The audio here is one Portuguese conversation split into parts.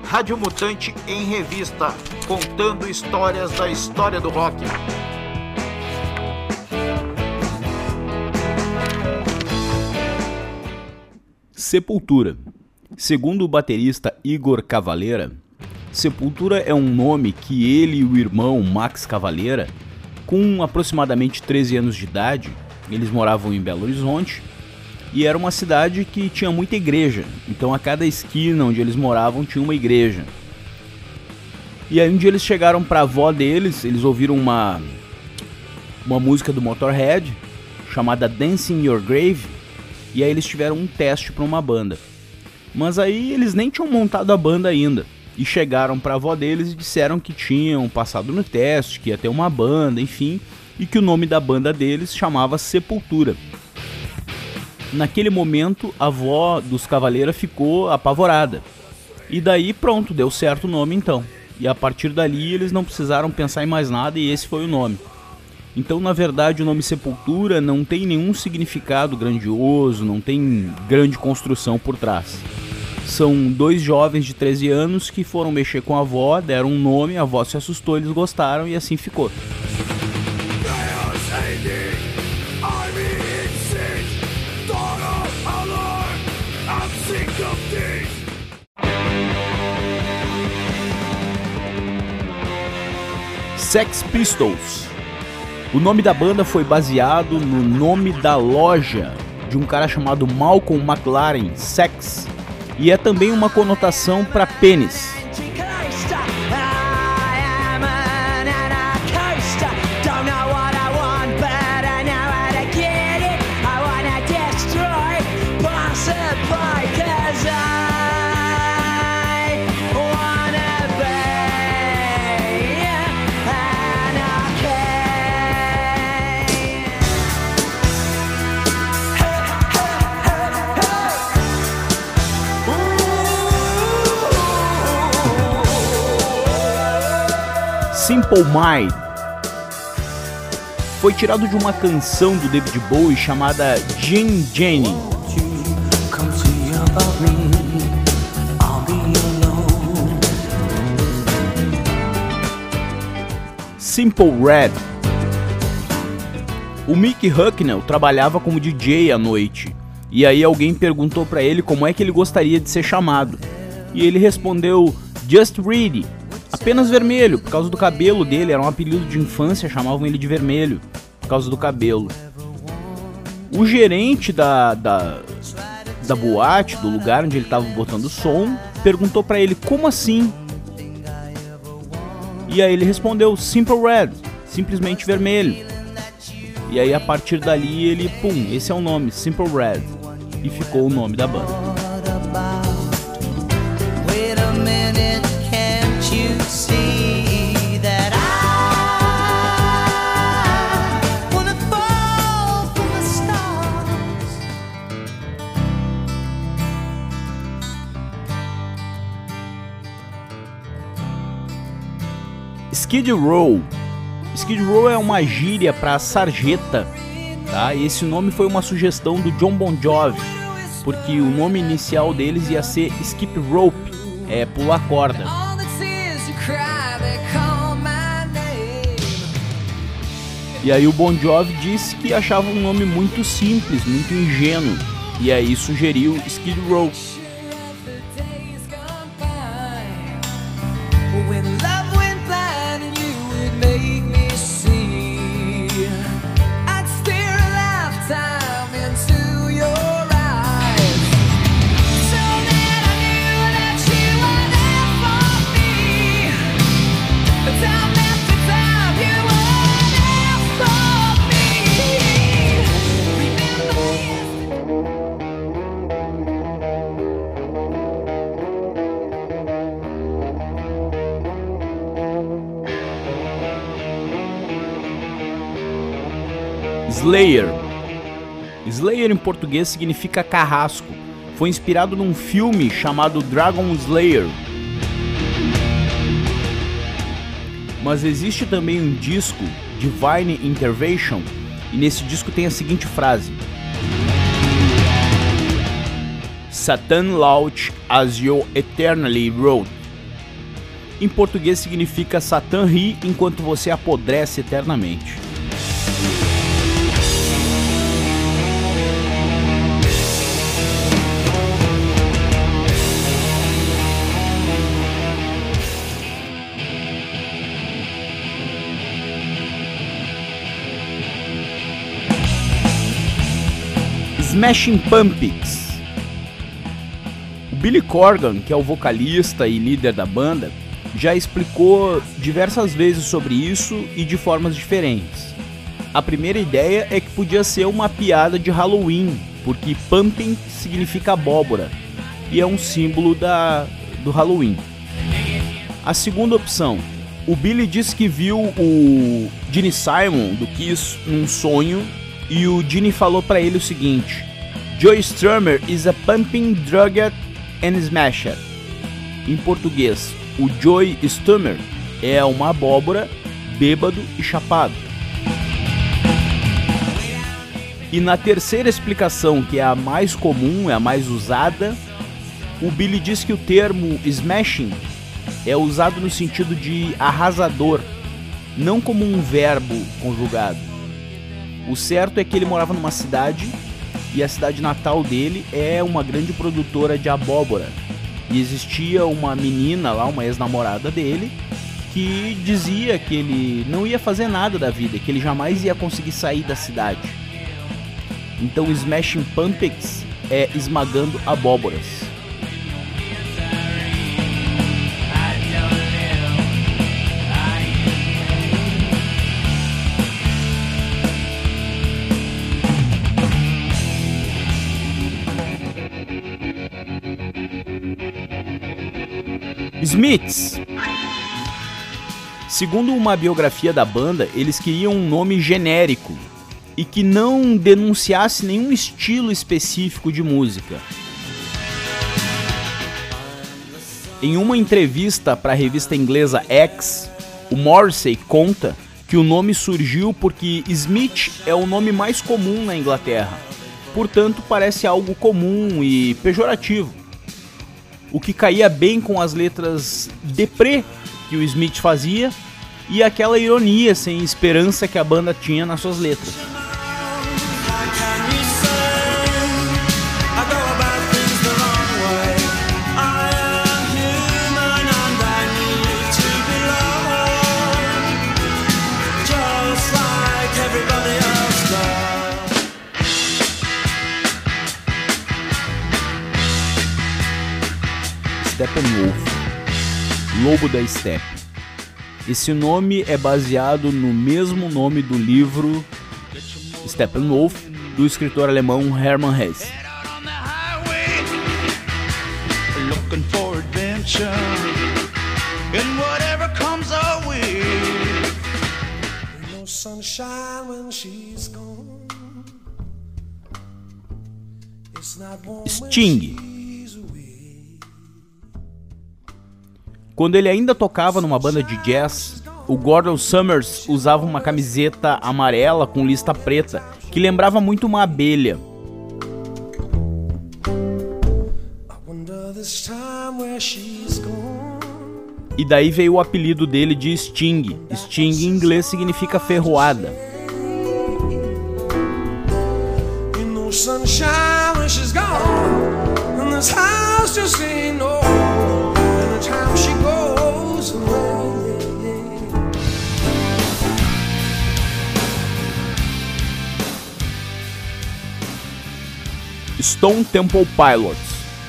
Rádio Mutante em Revista, contando histórias da história do rock. Sepultura. Segundo o baterista Igor Cavalera, Sepultura é um nome que ele e o irmão Max Cavalera, com aproximadamente 13 anos de idade, eles moravam em Belo Horizonte, e era uma cidade que tinha muita igreja, então a cada esquina onde eles moravam tinha uma igreja. E aí um dia eles chegaram para a avó deles, eles ouviram uma música do Motorhead, chamada Dancing in Your Grave, e aí eles tiveram um teste para uma banda. Mas aí eles nem tinham montado a banda ainda, e chegaram para a avó deles e disseram que tinham passado no teste, que ia ter uma banda, enfim, e que o nome da banda deles chamava Sepultura. Naquele momento, a avó dos Cavaleira ficou apavorada. E daí pronto, deu certo o nome então. E a partir dali eles não precisaram pensar em mais nada e esse foi o nome. Então, na verdade, o nome Sepultura não tem nenhum significado grandioso, não tem grande construção por trás. São dois jovens de 13 anos que foram mexer com a avó, deram um nome, a avó se assustou, eles gostaram e assim ficou. Sex Pistols. O nome da banda foi baseado no nome da loja de um cara chamado Malcolm McLaren, Sex, e é também uma conotação para pênis. Simple Mind foi tirado de uma canção do David Bowie chamada Jean Jenny. Simple Red. O Mick Hucknall trabalhava como DJ à noite, e aí alguém perguntou pra ele como é que ele gostaria de ser chamado. E ele respondeu Just Ready, apenas vermelho, por causa do cabelo dele, era um apelido de infância, chamavam ele de vermelho, por causa do cabelo. O gerente da boate, do lugar onde ele estava botando o som, perguntou pra ele, como assim? E aí ele respondeu, Simple Red, simplesmente vermelho. E aí a partir dali ele, esse é o nome, Simple Red, e ficou o nome da banda. Skid Row. Skid Row é uma gíria para sarjeta, tá? E esse nome foi uma sugestão do John Bon Jovi, porque o nome inicial deles ia ser Skip Rope, pular corda. E aí o Bon Jovi disse que achava um nome muito simples, muito ingênuo, e aí sugeriu Skid Row. Slayer. Slayer em português significa carrasco. Foi inspirado num filme chamado Dragon Slayer. Mas existe também um disco, Divine Intervention, e nesse disco tem a seguinte frase: Satan launch as you eternally wrote. Em português significa Satã ri enquanto você apodrece eternamente. Smashing Pumpkins. O Billy Corgan, que é o vocalista e líder da banda, já explicou diversas vezes sobre isso e de formas diferentes. A primeira ideia é que podia ser uma piada de Halloween, porque pumpkin significa abóbora e é um símbolo do Halloween. A segunda opção, o Billy disse que viu o Gene Simon do Kiss num sonho e o Gene falou para ele o seguinte: Joey Strummer is a pumping drugget and smasher. Em português, o Joey Strummer é uma abóbora, bêbado e chapado. E na terceira explicação, que é a mais comum, é a mais usada, o Billy diz que o termo smashing é usado no sentido de arrasador, não como um verbo conjugado. O certo é que ele morava numa cidade e a cidade natal dele é uma grande produtora de abóbora. E existia uma menina lá, uma ex-namorada dele, que dizia que ele não ia fazer nada da vida, que ele jamais ia conseguir sair da cidade. Então Smashing Pumpkins é esmagando abóboras. Smiths. Segundo uma biografia da banda, eles queriam um nome genérico e que não denunciasse nenhum estilo específico de música. Em uma entrevista para a revista inglesa X, o Morrissey conta que o nome surgiu porque Smith é o nome mais comum na Inglaterra, portanto parece algo comum e pejorativo, o que caía bem com as letras deprê que o Smith fazia e aquela ironia sem esperança que a banda tinha nas suas letras. Steppenwolf, Lobo da Steppe. Esse nome é baseado no mesmo nome do livro Steppenwolf, do escritor alemão Hermann Hesse. Sting. Quando ele ainda tocava numa banda de jazz, o Gordon Summers usava uma camiseta amarela com lista preta, que lembrava muito uma abelha. E daí veio o apelido dele de Sting. Sting em inglês significa ferroada. Stone Temple Pilots.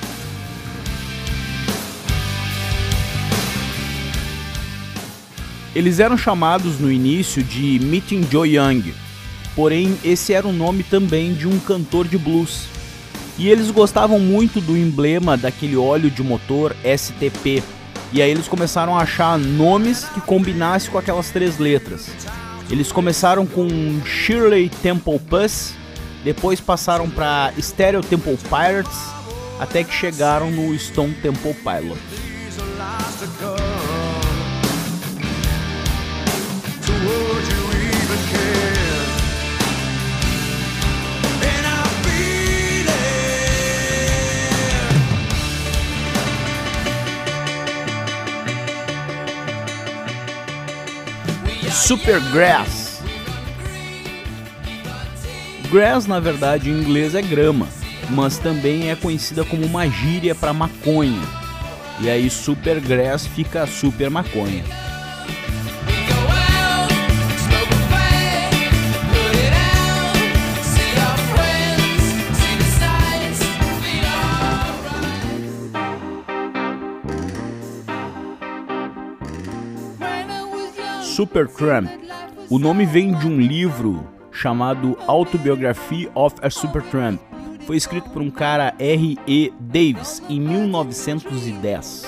Eles eram chamados no início de Meeting Joe Young, porém esse era o nome também de um cantor de blues. E eles gostavam muito do emblema daquele óleo de motor STP, e aí eles começaram a achar nomes que combinassem com aquelas três letras. Eles começaram com Shirley Temple Puss, depois passaram para Stereo Temple Pirates, até que chegaram no Stone Temple Pilots. Supergrass. Grass, na verdade, em inglês é grama, mas também é conhecida como uma gíria para maconha. E aí Supergrass fica super maconha. Supertramp. O nome vem de um livro chamado Autobiography of a Supertramp. Foi escrito por um cara R.E. Davis em 1910.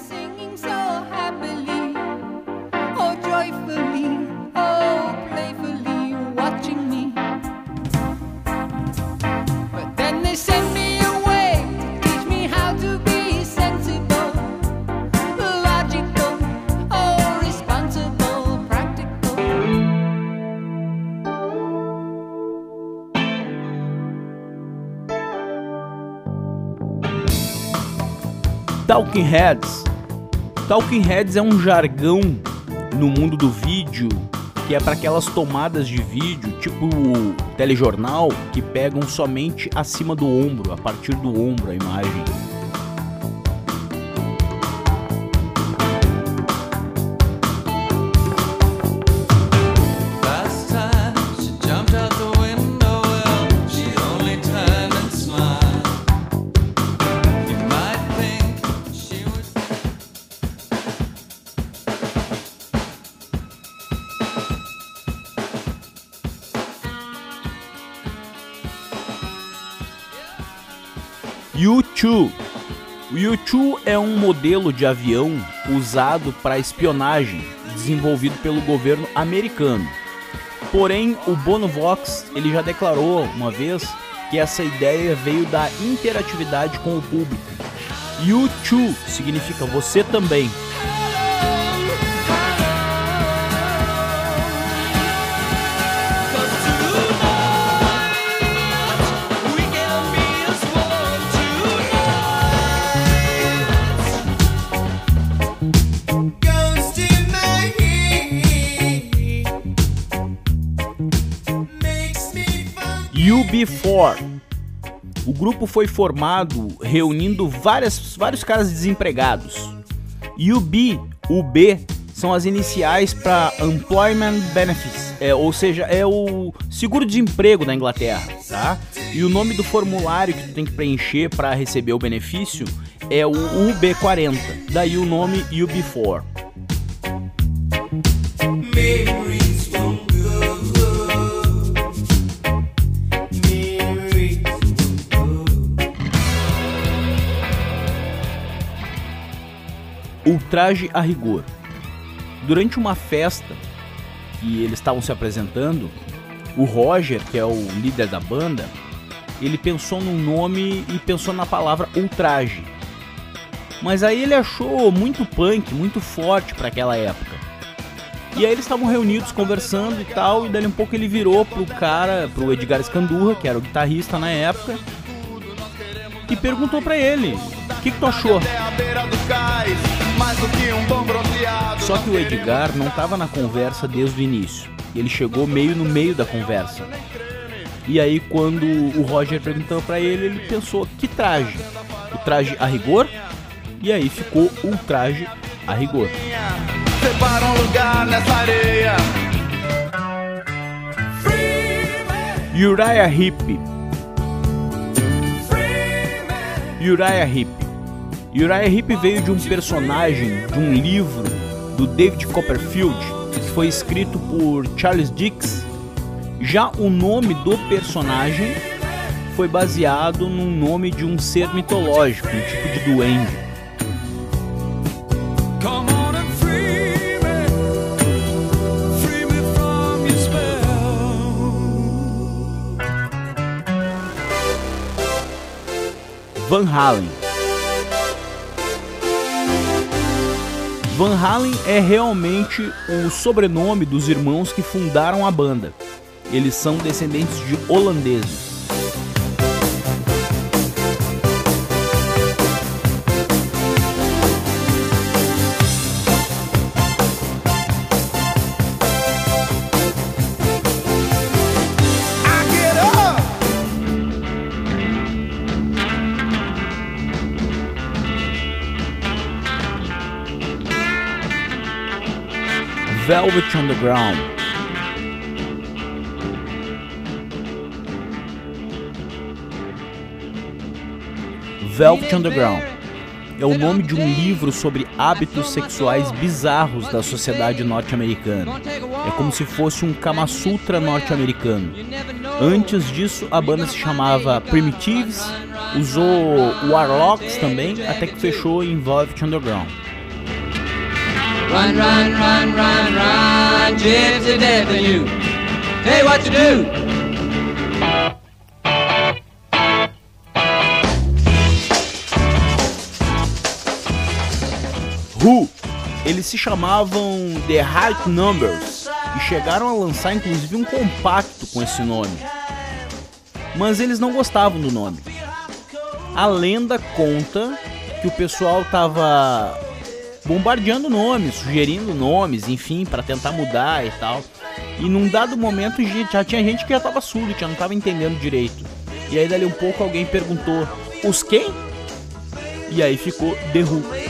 Talking Heads. Talking Heads é um jargão no mundo do vídeo que é para aquelas tomadas de vídeo, tipo o telejornal, que pegam somente acima do ombro, a partir do ombro a imagem. U-2. O U-2 é um modelo de avião usado para espionagem, desenvolvido pelo governo americano. Porém, o Bono Vox ele já declarou uma vez que essa ideia veio da interatividade com o público. U-2 significa você também. UB4. O grupo foi formado reunindo vários caras desempregados. UB são as iniciais para Employment Benefits, ou seja, é o seguro-desemprego da Inglaterra, tá? E o nome do formulário que tu tem que preencher para receber o benefício é o UB40, daí o nome UB4. Ultraje a rigor. Durante uma festa que eles estavam se apresentando, o Roger, que é o líder da banda, ele pensou num nome e pensou na palavra ultraje. Mas aí ele achou muito punk, muito forte para aquela época. E aí eles estavam reunidos conversando e tal, e daí um pouco ele virou pro Edgar Scandurra, que era o guitarrista na época, e perguntou pra ele: o que tu achou? Só que o Edgar não estava na conversa desde o início. Ele chegou meio no meio da conversa. E aí quando o Roger perguntou pra ele, ele pensou: que traje? O traje a rigor? E aí ficou Ultraje a rigor. Separa um lugar nessa areia. Uriah Heep. Uriah Heep. Uriah Heep veio de um personagem de um livro do David Copperfield, que foi escrito por Charles Dickens. Já o nome do personagem foi baseado no nome de um ser mitológico, um tipo de duende. Van Halen. Van Halen é realmente o sobrenome dos irmãos que fundaram a banda. Eles são descendentes de holandeses. Velvet Underground. Velvet Underground é o nome de um livro sobre hábitos sexuais bizarros da sociedade norte-americana. É como se fosse um Kama Sutra norte-americano. Antes disso, a banda se chamava Primitives, usou Warlocks também, até que fechou em Velvet Underground. Run, run, run, run, run, Gypsy Death and you. Hey, what you do? Who? Eles se chamavam The Right Numbers e chegaram a lançar inclusive um compacto com esse nome. Mas eles não gostavam do nome. A lenda conta que o pessoal tava bombardeando nomes, sugerindo nomes, enfim, para tentar mudar e tal. E num dado momento já tinha gente que já tava surdo, já não tava entendendo direito. E aí dali um pouco alguém perguntou: os quem? E aí ficou The Who.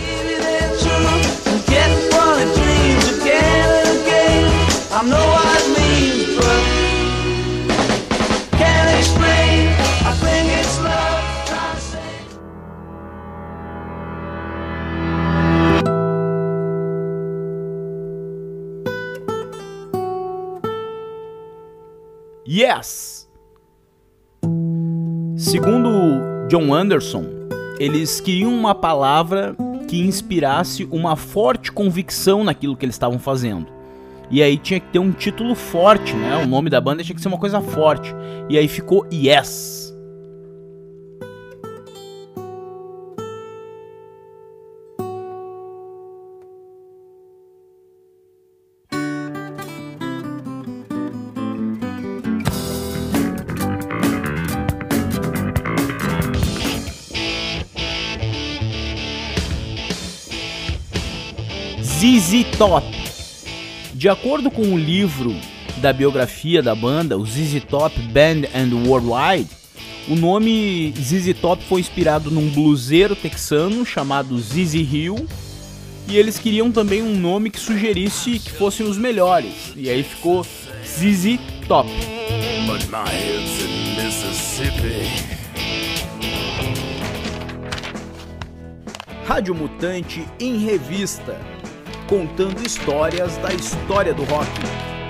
Yes! Segundo John Anderson, eles queriam uma palavra que inspirasse uma forte convicção naquilo que eles estavam fazendo. E aí tinha que ter um título forte, né? O nome da banda tinha que ser uma coisa forte. E aí ficou Yes! ZZ Top. De acordo com o livro da biografia da banda, o ZZ Top Band and Worldwide, o nome ZZ Top foi inspirado num bluseiro texano chamado ZZ Hill, e eles queriam também um nome que sugerisse que fossem os melhores, e aí ficou ZZ Top. But my head's in Mississippi. Rádio Mutante em Revista, contando histórias da história do rock.